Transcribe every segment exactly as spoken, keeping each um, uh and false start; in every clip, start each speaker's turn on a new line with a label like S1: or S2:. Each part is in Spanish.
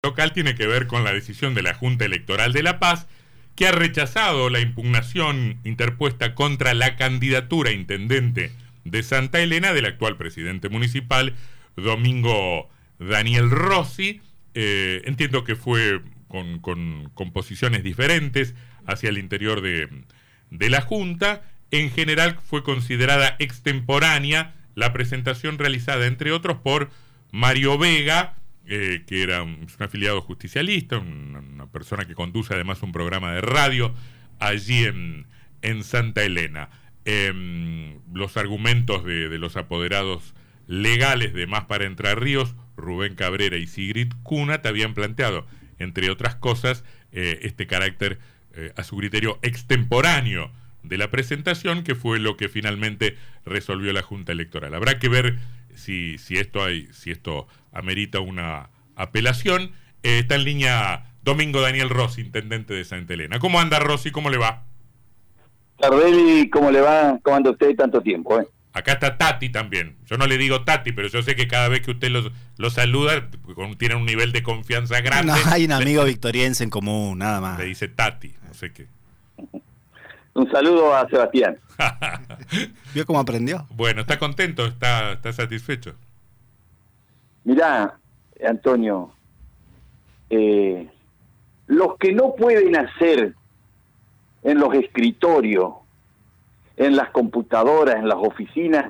S1: local tiene que ver con la decisión de la Junta Electoral de La Paz, que ha rechazado la impugnación interpuesta contra la candidatura a intendente de Santa Elena del actual presidente municipal, Domingo Daniel Rossi. Eh, entiendo que fue con, con, con posiciones diferentes hacia el interior de, de la Junta. En general fue considerada extemporánea la presentación realizada, entre otros, por Mario Vega, eh, que era un, un afiliado justicialista, una, una persona que conduce además un programa de radio allí en, en Santa Elena. Eh, los argumentos de, de los apoderados legales de Más para Entre Ríos, Rubén Cabrera y Sigrid Cunha, te habían planteado, entre otras cosas, eh, este carácter, eh, a su criterio, extemporáneo de la presentación, que fue lo que finalmente resolvió la Junta Electoral. Habrá que ver si, si esto hay, si esto amerita una apelación. Eh, está en línea Domingo Daniel Rossi, intendente de Santa Elena. ¿Cómo anda, Rossi? ¿Cómo le va?
S2: Tardelli, ¿cómo le va? ¿Cómo anda usted tanto tiempo? Eh?
S1: Acá está Tati también. Yo no le digo Tati, pero yo sé que cada vez que usted los, los saluda, tiene un nivel de confianza grande.
S3: No, hay un amigo le, victoriense en común, nada más.
S1: Le dice Tati, no sé qué.
S2: Un saludo a Sebastián.
S3: ¿Vio cómo aprendió?
S1: Bueno, ¿está contento? ¿Está, está satisfecho?
S2: Mirá, Antonio, eh, los que no pueden hacer en los escritorios, en las computadoras, en las oficinas,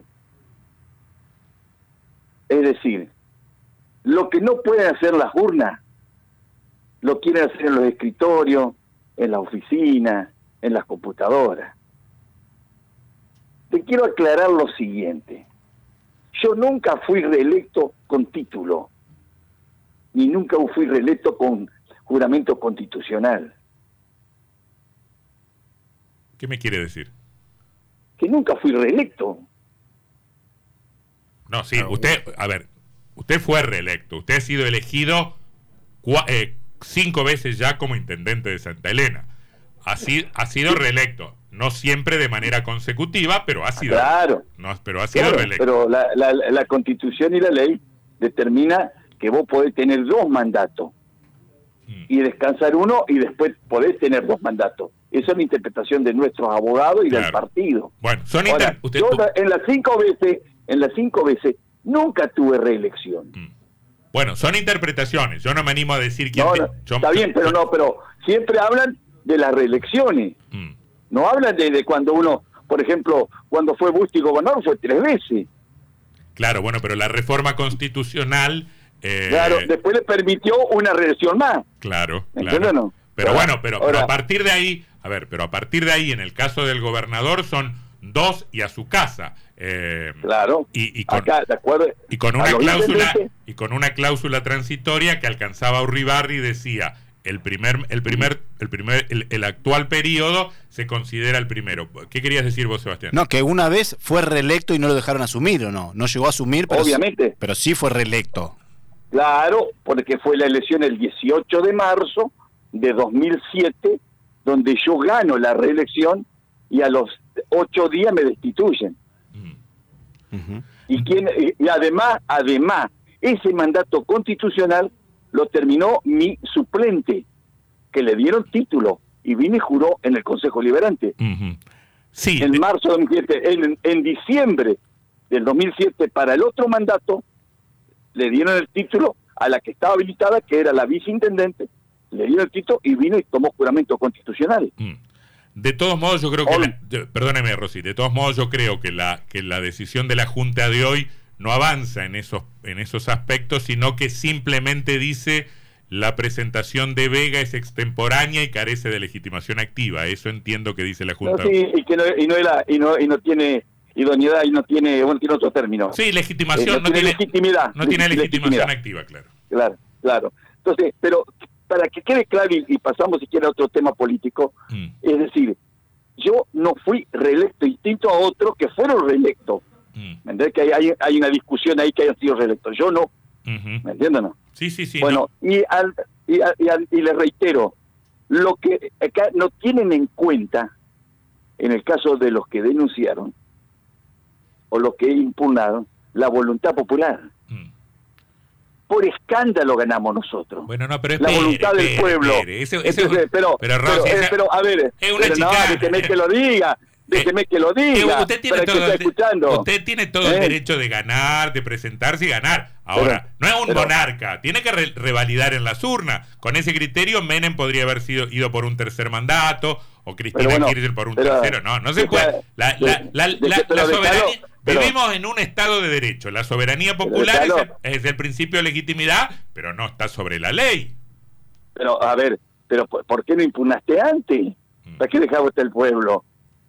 S2: es decir, lo que no pueden hacer las urnas, lo quieren hacer en los escritorios, en las oficinas, en las computadoras. Te quiero aclarar lo siguiente. Yo nunca fui reelecto con título, ni nunca fui reelecto con juramento constitucional.
S1: ¿Qué me quiere decir?
S2: Que nunca fui reelecto.
S1: No, sí, usted, a ver, usted fue reelecto, usted ha sido elegido cua, eh, cinco veces ya como intendente de Santa Elena. Ha, si, ha sido reelecto, no siempre de manera consecutiva, pero ha sido,
S2: claro,
S1: no, pero ha sido
S2: claro,
S1: reelecto.
S2: Pero la, la, la Constitución y la ley determina que vos podés tener dos mandatos mm. y descansar uno y después podés tener dos mandatos. Esa es la interpretación de nuestros abogados y claro. del partido.
S1: Bueno, son
S2: Ahora,
S1: inter... usted,
S2: yo en las cinco veces, en las cinco veces nunca tuve reelección.
S1: Mm. Bueno, son interpretaciones. Yo no me animo a decir quién.
S2: No,
S1: te...
S2: no,
S1: yo...
S2: Está bien, pero no, pero siempre hablan de las reelecciones. Mm. No hablan de, de cuando uno, por ejemplo, cuando fue Busti gobernador fue tres veces.
S1: Claro, bueno, pero la reforma constitucional. Eh...
S2: Claro, después le permitió una reelección más.
S1: Claro,
S2: claro.
S1: No? Pero
S2: ahora,
S1: bueno, pero,
S2: ahora,
S1: pero a partir de ahí, a ver, pero a partir de ahí, en el caso del gobernador, son dos y a su casa. Eh,
S2: claro.
S1: Y, y, con,
S2: acá, de acuerdo,
S1: y con una cláusula y con una cláusula transitoria que alcanzaba a Uribarri y decía el primer, el primer, el primer, el, el actual periodo se considera el primero. ¿Qué querías decir vos, Sebastián?
S3: No, que una vez fue reelecto y no lo dejaron asumir, ¿o no? No llegó a asumir, pero
S2: obviamente,
S3: sí, pero sí fue reelecto.
S2: Claro, porque fue la elección el dieciocho de marzo de dos mil siete, donde yo gano la reelección y a los ocho días me destituyen. Uh -huh. Y quién, y además, además, ese mandato constitucional lo terminó mi suplente, que le dieron título y vine y juró en el Consejo Liberante.
S1: Uh -huh. Sí.
S2: En marzo de dos mil siete, en, en diciembre del dos mil siete, para el otro mandato, le dieron el título a la que estaba habilitada, que era la viceintendente, le dieron el título y vino y tomó juramento constitucional.
S1: Mm. De todos modos, yo creo que... La, de, perdóneme, Rosy, de todos modos yo creo que la, que la decisión de la Junta de hoy no avanza en esos, en esos aspectos, sino que simplemente dice la presentación de Vega es extemporánea y carece de legitimación activa. Eso entiendo que dice la Junta.
S2: No, sí, y, que no, y, no, la, y, no, y no tiene idoneidad y no tiene, bueno, tiene otro término.
S1: Sí, legitimación.
S2: Eh, no, no tiene legitimidad.
S1: No tiene legitimación
S2: legitimidad.
S1: activa, claro.
S2: Claro, claro. Entonces, pero para que quede claro y, y pasamos si quiere a otro tema político, mm. es decir, yo no fui reelecto, distinto a otros que fueron reelectos. Mm. ¿Me entiendes? Que hay, hay, hay una discusión ahí que hayan sido reelectos. Yo no. Uh-huh. ¿Me entiendes o no?
S1: Sí, sí, sí.
S2: Bueno,
S1: no.
S2: y, al, y, al, y, al, y les reitero, lo que acá no tienen en cuenta, en el caso de los que denunciaron, o los que impugnaron, la voluntad popular. Mm. por escándalo ganamos nosotros.
S1: Bueno, no, pero
S2: la
S1: espere,
S2: voluntad
S1: espere,
S2: del pueblo.
S1: Espere. Eso, eso,
S2: Entonces, pero,
S1: pero,
S2: pero,
S1: Rossi,
S2: eh,
S1: esa-
S2: pero, a ver,
S1: es una
S2: pero no,
S1: chicana.
S2: déjeme que lo diga, déjeme que lo diga.
S1: Eh, usted tiene
S2: para
S1: todo,
S2: que está escuchando.
S1: usted tiene todo el
S2: ¿Eh?
S1: derecho de ganar, de presentarse y ganar. Ahora,
S2: Pero-
S1: no es un
S2: pero-
S1: monarca, tiene que re- revalidar en las urnas. Con ese criterio, Menem podría haber sido ido por un tercer mandato, o Cristina
S2: Pero bueno,
S1: Kirchner por un
S2: pero-
S1: tercero. No, no se
S2: deja-
S1: puede. La, la,
S2: de-
S1: la,
S2: de-
S1: la,
S2: pero
S1: la
S2: déjalo,
S1: soberanía.
S2: pero-
S1: Vivimos en un estado de derecho. La soberanía popular es
S2: déjalo.
S1: el, es el principio de legitimidad, pero no está sobre la ley.
S2: Pero, a ver, pero ¿por, por qué no impugnaste antes? ¿Para qué dejaba usted el pueblo?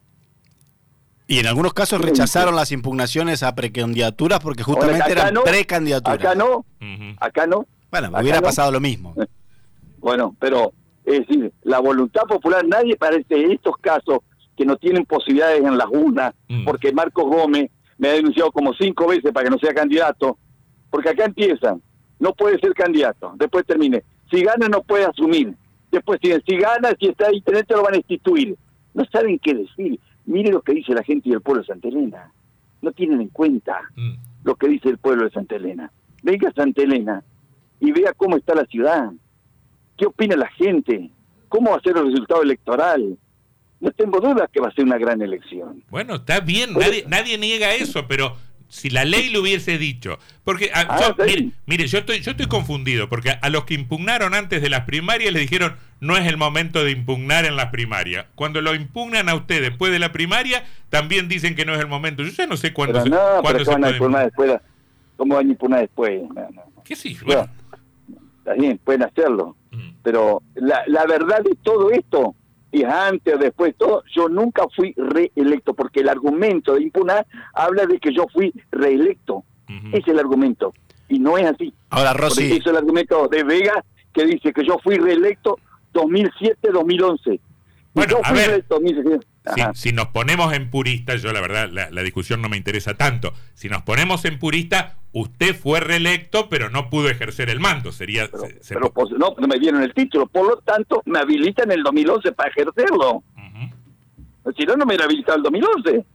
S3: Y en algunos casos rechazaron las impugnaciones a precandidaturas porque justamente
S2: Acá
S3: eran
S2: no,
S3: precandidaturas.
S2: Acá no,
S1: Ujú.
S2: acá no.
S3: Bueno, me
S2: acá
S3: hubiera
S2: no.
S3: pasado lo mismo.
S2: Bueno, pero, es decir, la voluntad popular, nadie parece estos casos que no tienen posibilidades en las urnas,
S1: Mm.
S2: porque Marcos Gómez me ha denunciado como cinco veces para que no sea candidato, porque acá empiezan, no puede ser candidato, después termine, si gana no puede asumir, después si, si gana, si está ahí, te lo van a instituir. No saben qué decir. Mire lo que dice la gente y el pueblo de Santa Elena. No tienen en cuenta
S1: Mm.
S2: lo que dice el pueblo de Santa Elena. Venga a Santa Elena y vea cómo está la ciudad, qué opina la gente, cómo va a ser el resultado electoral. No tengo dudas que va a ser una gran elección.
S1: Bueno, está bien,
S2: Pues-
S1: nadie, nadie niega eso, pero si la ley lo hubiese dicho, porque a-
S2: Ah,
S1: yo,
S2: sí.
S1: mire, mire, yo estoy, yo estoy confundido, porque a, a los que impugnaron antes de las primarias le dijeron no es el momento de impugnar en las primarias. Cuando lo impugnan a usted después de la primaria, también dicen que no es el momento. Yo ya no sé cuándo
S2: Pero
S1: se,
S2: no,
S1: cuándo
S2: pero
S1: se
S2: ¿cómo van a
S1: puede
S2: impugnar después? ¿Cómo van a impugnar después? No, no, no.
S1: ¿Qué sí?
S2: Bueno,
S1: Bueno.
S2: está bien, pueden hacerlo.
S1: Mm.
S2: Pero la, la verdad de todo esto, y antes o después todo, yo nunca fui reelecto, porque el argumento de impugnar habla de que yo fui reelecto.
S1: Ujú.
S2: Ese es el argumento. Y no es así.
S3: Ahora,
S2: Porque
S3: Rossi,
S2: ese es el argumento de Vega, que dice que yo fui reelecto dos mil siete dos mil once.
S1: Bueno,
S2: yo
S1: a
S2: fui
S1: ver.
S2: reelecto dos mil siete.
S1: Si,
S2: Ajá.
S1: si nos ponemos en purista, yo la verdad, la, la discusión no me interesa tanto. Si nos ponemos en purista, usted fue reelecto, pero no pudo ejercer el mando. Sería.
S2: Pero,
S1: se- se-
S2: pero, pues, no, no me dieron el título, por lo tanto me habilitan en el dos mil once para ejercerlo.
S1: Ujú.
S2: Si no, no me hubiera habilitado el dos mil once.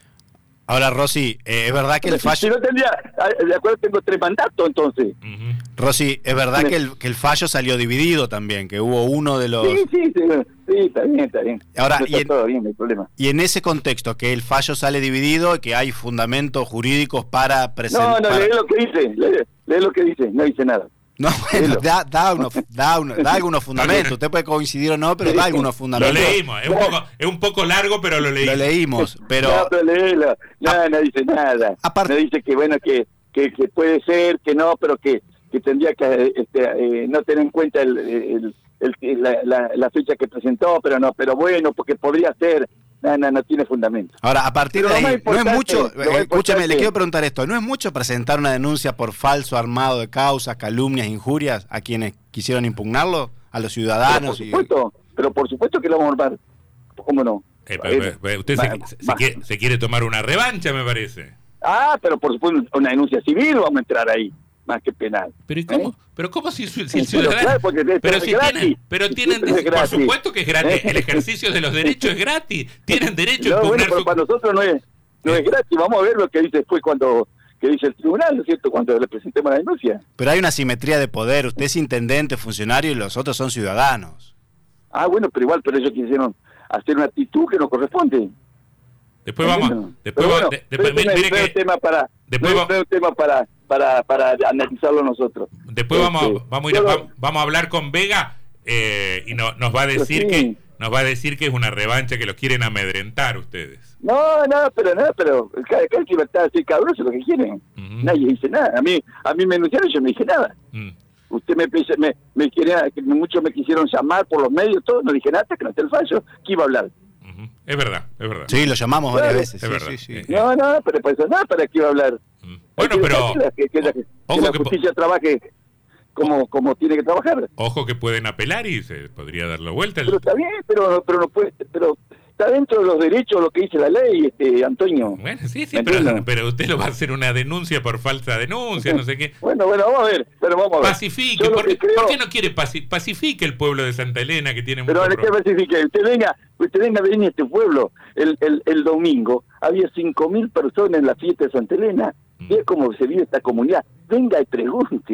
S3: ahora Rossi, eh, es verdad que el
S2: Si
S3: fallo,
S2: no tendría, ah, de acuerdo, tengo tres mandatos entonces.
S1: Ujú.
S3: Rossi, es verdad que el, que el fallo salió dividido también, que hubo uno de los...
S2: Sí, sí, sí, sí, está bien, está bien.
S3: Ahora,
S2: No está
S3: y en-
S2: todo bien, no hay problema.
S3: Y en ese contexto, que el fallo sale dividido y que hay fundamentos jurídicos para
S2: No,
S3: presentar...
S2: no, lee lo que dice, lee, lee lo que dice, no dice nada.
S3: No, bueno,
S2: léelo.
S3: da, da, unos, da, unos- da algunos fundamentos. Usted puede coincidir o no, pero da algunos
S1: Lo
S3: fundamentos.
S1: leímos. Es un, poco, es un poco largo, pero lo
S3: Lo
S1: leímos.
S3: leímos, pero...
S2: No, pero léelo. No, no dice nada.
S3: Aparte-
S2: No dice que, bueno, que, que, que puede ser, que no, pero que, que tendría que este, eh, no tener en cuenta el, el, el- la, la, la fecha que presentó, pero no, pero bueno, porque podría ser. No, no, no tiene fundamento.
S3: Ahora, a partir
S2: Pero
S3: de
S2: lo
S3: ahí,
S2: más
S3: no es
S2: importante-
S3: mucho,
S2: lo más
S3: eh, escúchame,
S2: importante-
S3: le quiero preguntar esto, ¿no es mucho presentar una denuncia por falso armado de causas, calumnias, injurias a quienes quisieron impugnarlo, a los
S2: Pero
S3: ciudadanos?
S2: por
S3: y-
S2: supuesto, pero por supuesto que lo vamos a armar. ¿Cómo no?
S1: Eh, pero- pero- pero usted se,
S2: Va-
S1: se- se
S2: va.
S1: quiere, se quiere tomar una revancha, me parece.
S2: Ah, pero por supuesto una denuncia civil vamos a entrar ahí, más que penal.
S1: Pero ¿y cómo?
S2: ¿Eh?
S1: Pero cómo si, si el
S2: Pero
S1: ciudadano...
S2: claro, porque es
S1: pero si
S2: gratis.
S1: tienen, pero tienen,
S2: Siempre es
S1: por
S2: gratis.
S1: supuesto que es gratis.
S2: ¿Eh?
S1: El ejercicio de los derechos es gratis. Tienen derecho a
S2: No, bueno,
S1: impugnar
S2: pero
S1: su...
S2: para nosotros no es, no es gratis. Vamos a ver lo que dice después cuando que dice el tribunal, ¿no es cierto? Cuando le presentemos la denuncia.
S3: Pero hay una simetría de poder, usted es intendente, funcionario y los otros son ciudadanos.
S2: Ah, bueno, pero igual, pero ellos quisieron hacer una actitud que no corresponde.
S1: Después vamos...
S2: Entiendo.
S1: Después
S2: Pero
S1: vamos...
S2: bueno,
S1: de-
S2: pero
S1: después,
S2: este no
S1: mire
S2: es- no es
S1: que-
S2: un tema para,
S1: después
S2: no
S1: va-
S2: es- no es un tema para, para, para analizarlo nosotros.
S1: Después vamos,
S2: Este,
S1: vamos, a ir a,
S2: yo-
S1: va- vamos a hablar con Vega eh, y no, nos va a decir
S2: sí.
S1: que nos va a decir que es una revancha, que los quieren amedrentar ustedes.
S2: No, no, pero nada, pero cada, cada libertad así, cada uno hace lo que quieren.
S1: Ujú.
S2: Nadie dice nada. A mí, a mí me denunciaron y yo no dije nada.
S1: Mm.
S2: Usted me, pise- me, me quería, que muchos me quisieron llamar por los medios, todo, no dije nada, hasta que no esté el fallo, ¿qué iba a hablar?
S1: Ujú. Es verdad, es verdad.
S3: Sí, lo llamamos varias
S2: Claro,
S3: veces.
S1: es
S3: Sí,
S1: verdad.
S3: sí, sí.
S1: Eh,
S2: No, no, pero pues nada, ¿para qué iba a hablar?
S1: Mm.
S2: Hay
S1: Bueno,
S2: que
S1: pero
S2: dejar que la, que, que la- que
S1: ojo
S2: la
S1: que po-
S2: justicia trabaje como, como tiene que trabajar.
S1: ojo que pueden apelar y se podría dar la vuelta. el-
S2: Pero está bien, pero, pero no puede, pero está dentro de los derechos lo que dice la ley, este Antonio.
S1: Bueno, sí, sí,
S2: ¿Me
S1: pero,
S2: entiendo?
S1: pero usted lo va a hacer una denuncia por falsa denuncia, no sé qué.
S2: Bueno, bueno, vamos a ver, pero vamos a ver.
S1: Pacifique,
S2: Yo lo
S1: ¿por,
S2: que creo-
S1: por qué no quiere paci- pacifique el pueblo de Santa Elena que tiene
S2: Pero
S1: mucho
S2: ¿de qué
S1: problema?
S2: pacifique? Usted venga, usted venga a venir a este pueblo. El, el, el domingo había cinco mil personas en la fiesta de Santa Elena.
S1: Mm.
S2: Ve cómo se vive esta comunidad. Venga y pregunte.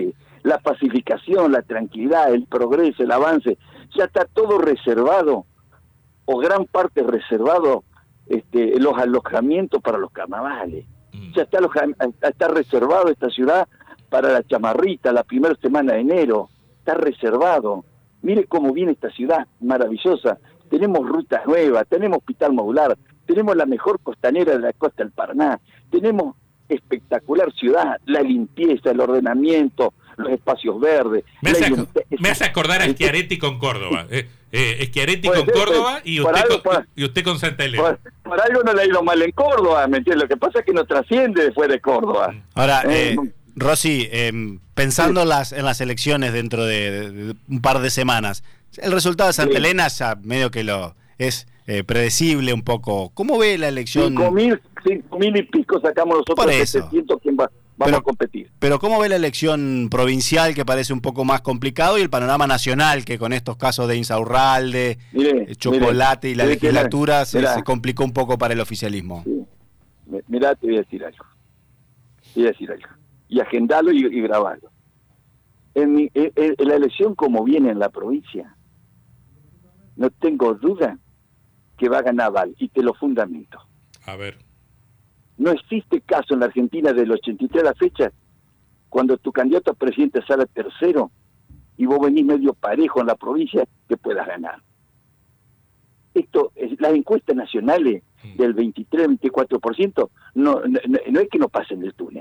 S2: la pacificación, la tranquilidad, el progreso, el avance, ya está todo reservado, o gran parte reservado, este, los alojamientos para los carnavales. Mm. Ya está, aloja, está reservado esta ciudad para la chamarrita, la primera semana de enero, está reservado. Mire cómo viene esta ciudad maravillosa. Tenemos rutas nuevas, tenemos hospital modular, tenemos la mejor costanera de la costa del Paraná, tenemos espectacular ciudad, la limpieza, el ordenamiento, los espacios verdes.
S1: Me hace, ac me hace acordar a Schiaretti con Córdoba. Eh, eh, Schiaretti con Córdoba y usted, algo, con, por, y usted con Santa Elena.
S2: Por, por algo no le ha ido mal en Córdoba, ¿me entiendes? Lo que pasa es que no trasciende después de Córdoba.
S3: Ahora, eh, eh, Rossi, eh, pensando sí. las, en las elecciones dentro de, de, de un par de semanas, el resultado de Santa sí. Elena ya medio que lo es eh, predecible un poco. ¿Cómo ve la elección?
S2: Cinco mil, cinco mil y pico sacamos nosotros, setecientos, ¿quién va? Vamos pero, a competir.
S3: Pero ¿cómo ve la elección provincial, que parece un poco más complicado, y el panorama nacional, que con estos casos de Insaurralde, mire, Chocolate mire, y la legislatura la, se, se complicó un poco para el oficialismo?
S2: Sí. Mirá, te voy a decir algo. Te voy a decir algo. Y agendalo y, y grabalo. En, mi, en, en la elección como viene en la provincia, no tengo duda que va a ganar Val, y te lo fundamento.
S1: A ver.
S2: No existe caso en la Argentina del ochenta y tres a la fecha, cuando tu candidato a presidente sale tercero y vos venís medio parejo en la provincia, que puedas ganar. Esto, las encuestas nacionales del veintitrés a veinticuatro por ciento, no, no, no es que no pasen del túnel.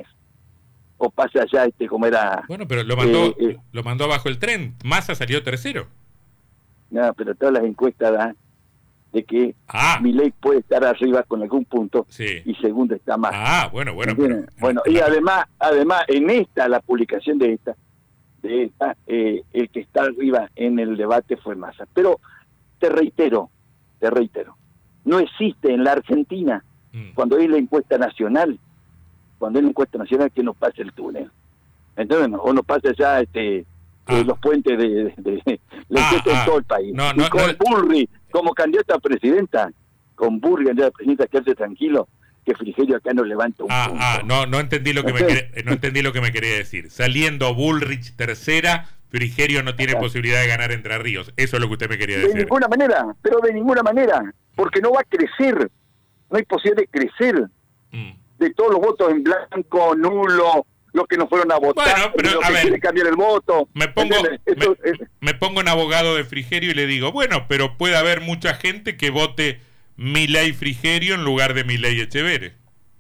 S2: O pasa allá, este, como era...
S1: Bueno, pero lo mandó, eh, eh, lo mandó abajo el tren. Massa salió tercero.
S2: No, pero todas las encuestas dan de que ah. Milei puede estar arriba con algún punto, sí. y segundo está más.
S1: Ah, bueno, bueno. Pero,
S2: bueno, y además, además en esta, la publicación de esta, de esta, eh, el que está arriba en el debate fue Massa. Pero te reitero, te reitero, no existe en la Argentina, mm. cuando hay la encuesta nacional, cuando hay la encuesta nacional, que no pase el túnel. Entonces, no, o no pasa ya este ah. eh, los puentes de, de, de, de la encuesta ah, en todo el país.
S1: No, no,
S2: y con
S1: no.
S2: Bullrich como candidato a presidenta, con Bullrich candidato a presidenta, quedarse tranquilo, que Frigerio acá no levanta un
S1: ah,
S2: punto.
S1: Ah, no, no entendí lo que me quería, no entendí lo que me quería decir. Saliendo Bullrich tercera, Frigerio no tiene ah. posibilidad de ganar Entre Ríos. Eso es lo que usted me quería decir.
S2: De ninguna manera, pero de ninguna manera, porque no va a crecer, no hay posibilidad de crecer. Mm. De todos los votos en blanco, nulo, los que no fueron a votar,
S1: bueno, pero,
S2: los
S1: a
S2: que
S1: ver,
S2: quieren cambiar el voto.
S1: Me pongo,
S2: Esto,
S1: me,
S2: es...
S1: me pongo en abogado de Frigerio y le digo, bueno, pero puede haber mucha gente que vote Milei Frigerio en lugar de Milei Echeverri.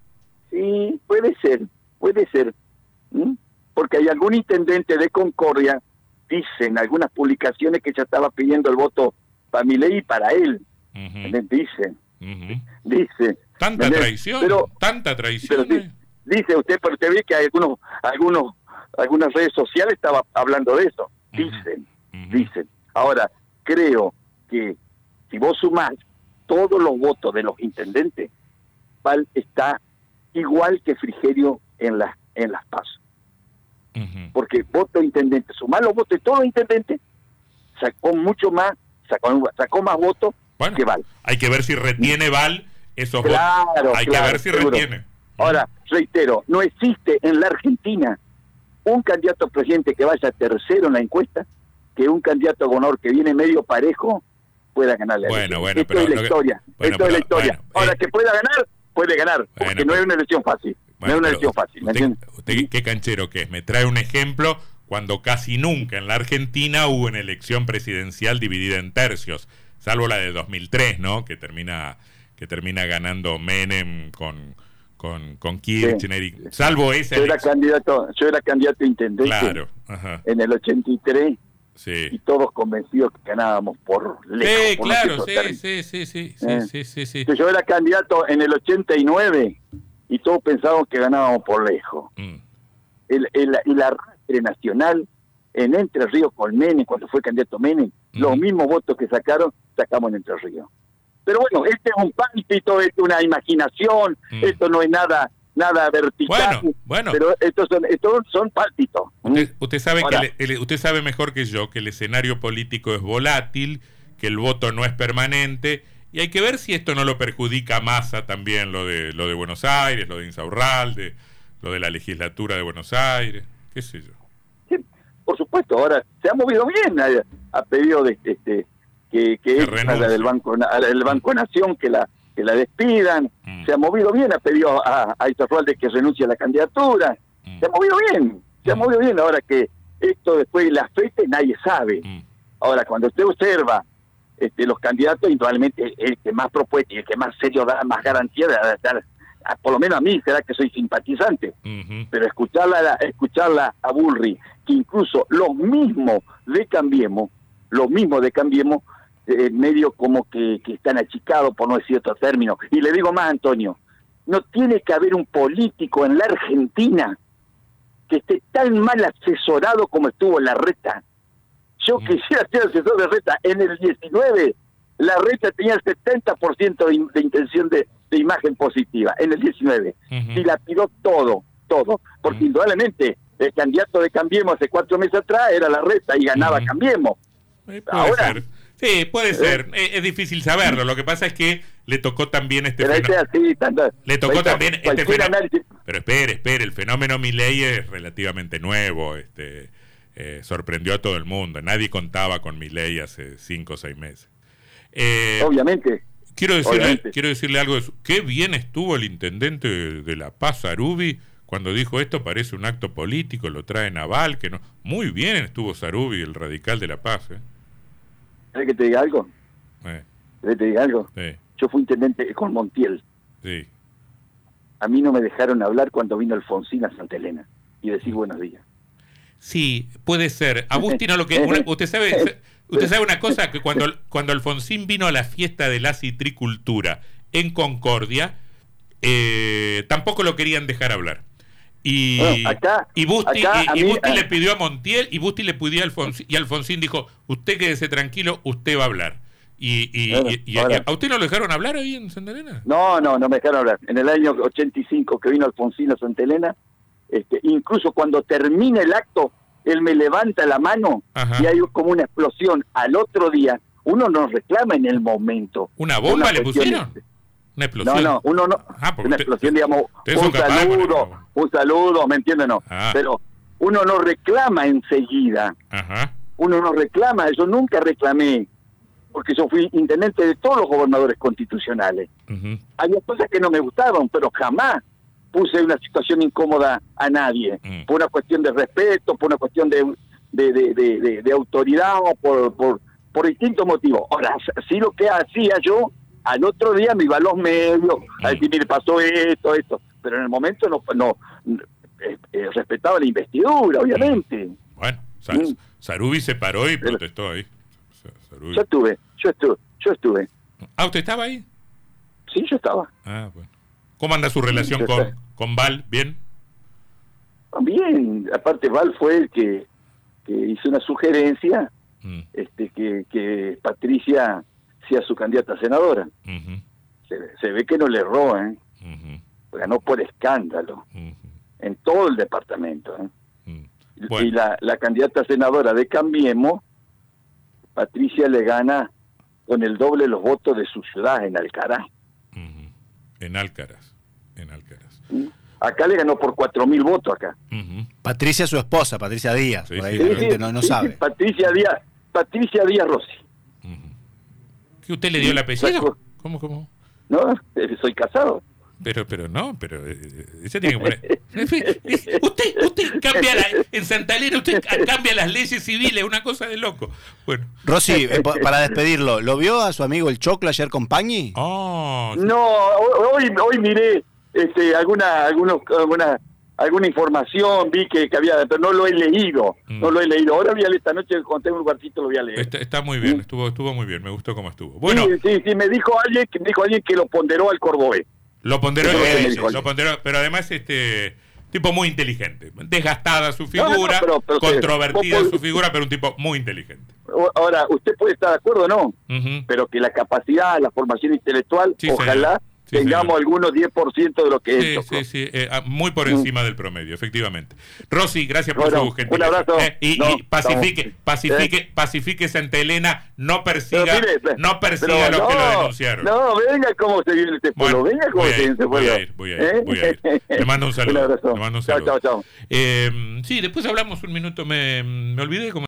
S2: Sí, puede ser, puede ser. ¿Mm? Porque hay algún intendente de Concordia, dicen algunas publicaciones, que ya estaba pidiendo el voto para Milei y para él. Uh-huh. Dicen, uh-huh. dicen.
S1: Tanta traición, pero, tanta traición.
S2: Pero, eh. Dice usted, pero usted ve que hay algunos, algunos, algunas redes sociales estaban hablando de eso. Dicen, uh-huh. dicen. Ahora, creo que si vos sumás todos los votos de los intendentes, Val está igual que Frigerio en las en las PASO. Uh-huh. Porque voto intendente, sumar los votos de todos los intendentes, sacó mucho más, sacó, sacó más votos
S1: bueno,
S2: que Val.
S1: Hay que ver si retiene Val esos
S2: claro,
S1: votos. Hay
S2: claro,
S1: que ver si
S2: seguro.
S1: retiene.
S2: Ahora, reitero, no existe en la Argentina un candidato a presidente que vaya tercero en la encuesta, que un candidato a gobernador que viene medio parejo pueda ganarle.
S1: Bueno, bueno,
S2: esto
S1: pero
S2: es la historia.
S1: Que, bueno,
S2: esto
S1: pero,
S2: es la historia.
S1: Bueno,
S2: Ahora,
S1: eh,
S2: que pueda ganar, puede ganar, porque
S1: bueno,
S2: no
S1: pero,
S2: es una elección fácil.
S1: Bueno,
S2: no es una elección fácil. ¿me
S1: usted, usted qué canchero que es. Me trae un ejemplo cuando casi nunca en la Argentina hubo una elección presidencial dividida en tercios, salvo la de dos mil tres, ¿no? Que termina que termina ganando Menem con con, con Kirchner, sí, y, salvo esa
S2: yo era candidato yo era candidato a intendente,
S1: claro, ajá,
S2: en el ochenta y tres,
S1: sí,
S2: y todos convencidos que ganábamos por lejos.
S1: Sí,
S2: por
S1: claro, sí, sí, sí, sí,
S2: ¿Eh?
S1: sí, sí, sí, sí.
S2: Yo era candidato en el ochenta y nueve y todos pensábamos que ganábamos por lejos. Mm. El, el, el arrastre nacional en Entre Ríos con Menem, cuando fue candidato Menem, mm. los mismos votos que sacaron, sacamos en Entre Ríos. Pero bueno, este es un pálpito, es una imaginación, mm. esto no es nada nada vertical,
S1: bueno, bueno.
S2: pero estos son, estos son pálpitos.
S1: Usted, usted sabe Ahora, que el, el, usted sabe mejor que yo que el escenario político es volátil, que el voto no es permanente, y hay que ver si esto no lo perjudica a Massa también, lo de lo de Buenos Aires, lo de Insaurralde, lo de la legislatura de Buenos Aires, qué sé yo.
S2: Sí, por supuesto, ahora se ha movido bien, ha, ha pedido de, este, que, que, que a la del Banco, a la del Banco Nación que la que la despidan, mm. se ha movido bien, ha pedido a, a Iturralde que renuncie a la candidatura, mm. se ha movido bien, se mm. ha movido bien, ahora que esto después la fecha nadie sabe. Mm. Ahora, cuando usted observa este, los candidatos, indudablemente el que más propuesta y el que más serio da, más garantía de dar, por lo menos a mí, será que soy simpatizante, uh-huh. pero escucharla, escucharla a Bullrich, que incluso los mismos de Cambiemos, los mismos de Cambiemos, eh, medio como que, que están achicados, por no decir otro término. Y le digo más, Antonio, no tiene que haber un político en la Argentina que esté tan mal asesorado como estuvo Larreta. Yo uh-huh. quisiera ser asesor de Larreta. En el diecinueve, Larreta tenía el setenta por ciento de, de intención de, de imagen positiva. En el diecinueve. Uh-huh. Dilapidó todo, todo. Porque uh-huh. indudablemente el candidato de Cambiemos hace cuatro meses atrás era Larreta y ganaba uh-huh. Cambiemos.
S1: Eh, puede Ahora, ser. Sí, puede ser. ¿Eh? Es difícil saberlo. Lo que pasa es que le tocó también este
S2: pero
S1: fenómeno.
S2: Este así, tanto,
S1: le tocó también este fenómeno.
S2: Análisis.
S1: Pero espere, espere. El fenómeno Milei es relativamente nuevo. Este, eh, sorprendió a todo el mundo. Nadie contaba con Milei hace cinco o seis meses. Eh,
S2: Obviamente.
S1: Quiero decirle, Obviamente. quiero decirle algo de eso. Qué bien estuvo el intendente de, de La Paz, Sarubi, cuando dijo esto parece un acto político, lo trae Naval, que no. Muy bien estuvo Sarubi, el radical de La Paz. ¿eh?
S2: ¿Sabes que te diga algo?
S1: Eh.
S2: ¿Sabes que te diga algo?
S1: Sí.
S2: Yo fui intendente con Montiel.
S1: Sí.
S2: A mí no me dejaron hablar cuando vino Alfonsín a Santa Elena y decir buenos días.
S1: Sí, puede ser. Agustino, lo que una, usted sabe, usted sabe una cosa, que cuando cuando Alfonsín vino a la fiesta de la citricultura en Concordia, eh, tampoco lo querían dejar hablar. Y, bueno, acá, y Busti, acá, y, y mí, Busti eh, le pidió a Montiel y Busti le pidió a Alfonsín, y Alfonsín dijo, usted quédese tranquilo, usted va a hablar. Y, y, bueno, y, y, y ¿a usted no lo dejaron hablar ahí en Santa Elena?
S2: No, no, no me dejaron hablar. En el año ochenta y cinco que vino Alfonsín a Santa Elena, este, incluso cuando termina el acto, él me levanta la mano. Ajá. Y hay como una explosión. Al otro día, uno no reclama en el momento.
S1: ¿Una bomba una le pusieron? De... ¿Una explosión?
S2: No, no, uno no. Ah, una usted, explosión, digamos, un saludo, un saludo, ¿me entiendes? No. Ah. Pero uno no reclama enseguida.
S1: Ajá.
S2: Uno no reclama, yo nunca reclamé, porque yo fui intendente de todos los gobernadores constitucionales. Uh-huh. Había cosas que no me gustaban, pero jamás puse una situación incómoda a nadie, uh-huh. por una cuestión de respeto, por una cuestión de de, de, de, de, de autoridad, o por, por, por distintos motivos. Ahora, sí lo que hacía yo, al otro día me iba a los medios, uh-huh. a decir, mire, pasó esto, esto, pero en el momento no, no eh, eh, respetaba la investidura, obviamente.
S1: Uh-huh. Bueno, Sar- uh-huh. Sarubi se paró y pero, protestó ahí. Sarubi.
S2: Yo estuve, yo estuve, yo estuve.
S1: Ah, ¿usted estaba ahí?
S2: Sí, yo estaba.
S1: Ah, bueno. ¿Cómo anda su relación sí, con, con Val? ¿Bien?
S2: Bien, aparte Val fue el que, que hizo una sugerencia, mm. este que, que Patricia sea su candidata a senadora. Uh-huh. Se, se ve que no le erró, ¿eh? Uh-huh. Ganó por escándalo, uh-huh. en todo el departamento, ¿eh? Uh-huh. Bueno. Y la, la candidata a senadora de Cambiemos, Patricia le gana con el doble de los votos de su ciudad, en Alcaraz.
S1: Uh-huh. En Alcaraz, en Alcaraz.
S2: ¿Sí? Acá le ganó por cuatro mil votos acá.
S3: Uh-huh. Patricia su esposa, Patricia Díaz, sí, por ahí
S2: sí,
S3: la
S2: sí,
S3: gente no, no
S2: sí,
S3: sabe.
S2: Patricia Díaz, Patricia Díaz Rossi.
S1: Uh-huh. ¿Que usted le dio el apellido? ¿Cómo, cómo?
S2: No, soy casado.
S1: Pero, pero no, pero eh, ese tiene que poner. usted, usted cambia la, en Santa Elena, usted cambia las leyes civiles, una cosa de loco. Bueno.
S3: Rossi, eh, para despedirlo, ¿lo vio a su amigo el Choclo ayer con Pañi?
S1: Oh, sí.
S2: No, hoy, hoy miré este, alguna, algunos, alguna, alguna información, vi que, que había, pero no lo he leído, mm. no lo he leído. Ahora voy a leer esta noche, cuando tengo un lugarcito lo voy a leer.
S1: Está, está muy bien, ¿sí? estuvo, estuvo muy bien, me gustó cómo estuvo. Bueno.
S2: Sí, sí, sí, me dijo alguien, me dijo alguien que lo ponderó al Cordobés.
S1: Lo ponderó, eh, lo ponderó, pero además este tipo muy inteligente, desgastada su figura, no, no, pero, pero, controvertida vos, su figura, pero un tipo muy inteligente.
S2: Ahora, usted puede estar de acuerdo o no, uh-huh. pero que la capacidad, la formación intelectual, sí, ojalá señor.
S1: sí,
S2: tengamos
S1: señor.
S2: algunos diez por ciento de lo que
S1: Sí,
S2: es.
S1: sí, sí, eh, muy por encima mm. del promedio, efectivamente. Rossi, gracias por
S2: bueno,
S1: su gentileza.
S2: Un abrazo.
S1: Eh, y,
S2: no,
S1: y pacifique,
S2: estamos,
S1: pacifique,
S2: ¿eh?
S1: pacifique Santa Elena, no persiga,
S2: pero, mire, pero,
S1: no persiga
S2: pero,
S1: a los
S2: no,
S1: que lo denunciaron.
S2: No, venga cómo se viene este pueblo,
S1: Bueno,
S2: venga cómo
S1: voy
S2: se viene este pueblo.
S1: Voy a ir, voy a ir, ¿eh? voy a ir. Le mando un saludo.
S2: Un abrazo.
S1: Le mando un saludo.
S2: Chao, chao, chao.
S1: Eh, sí, después hablamos un minuto, me, me olvidé cómo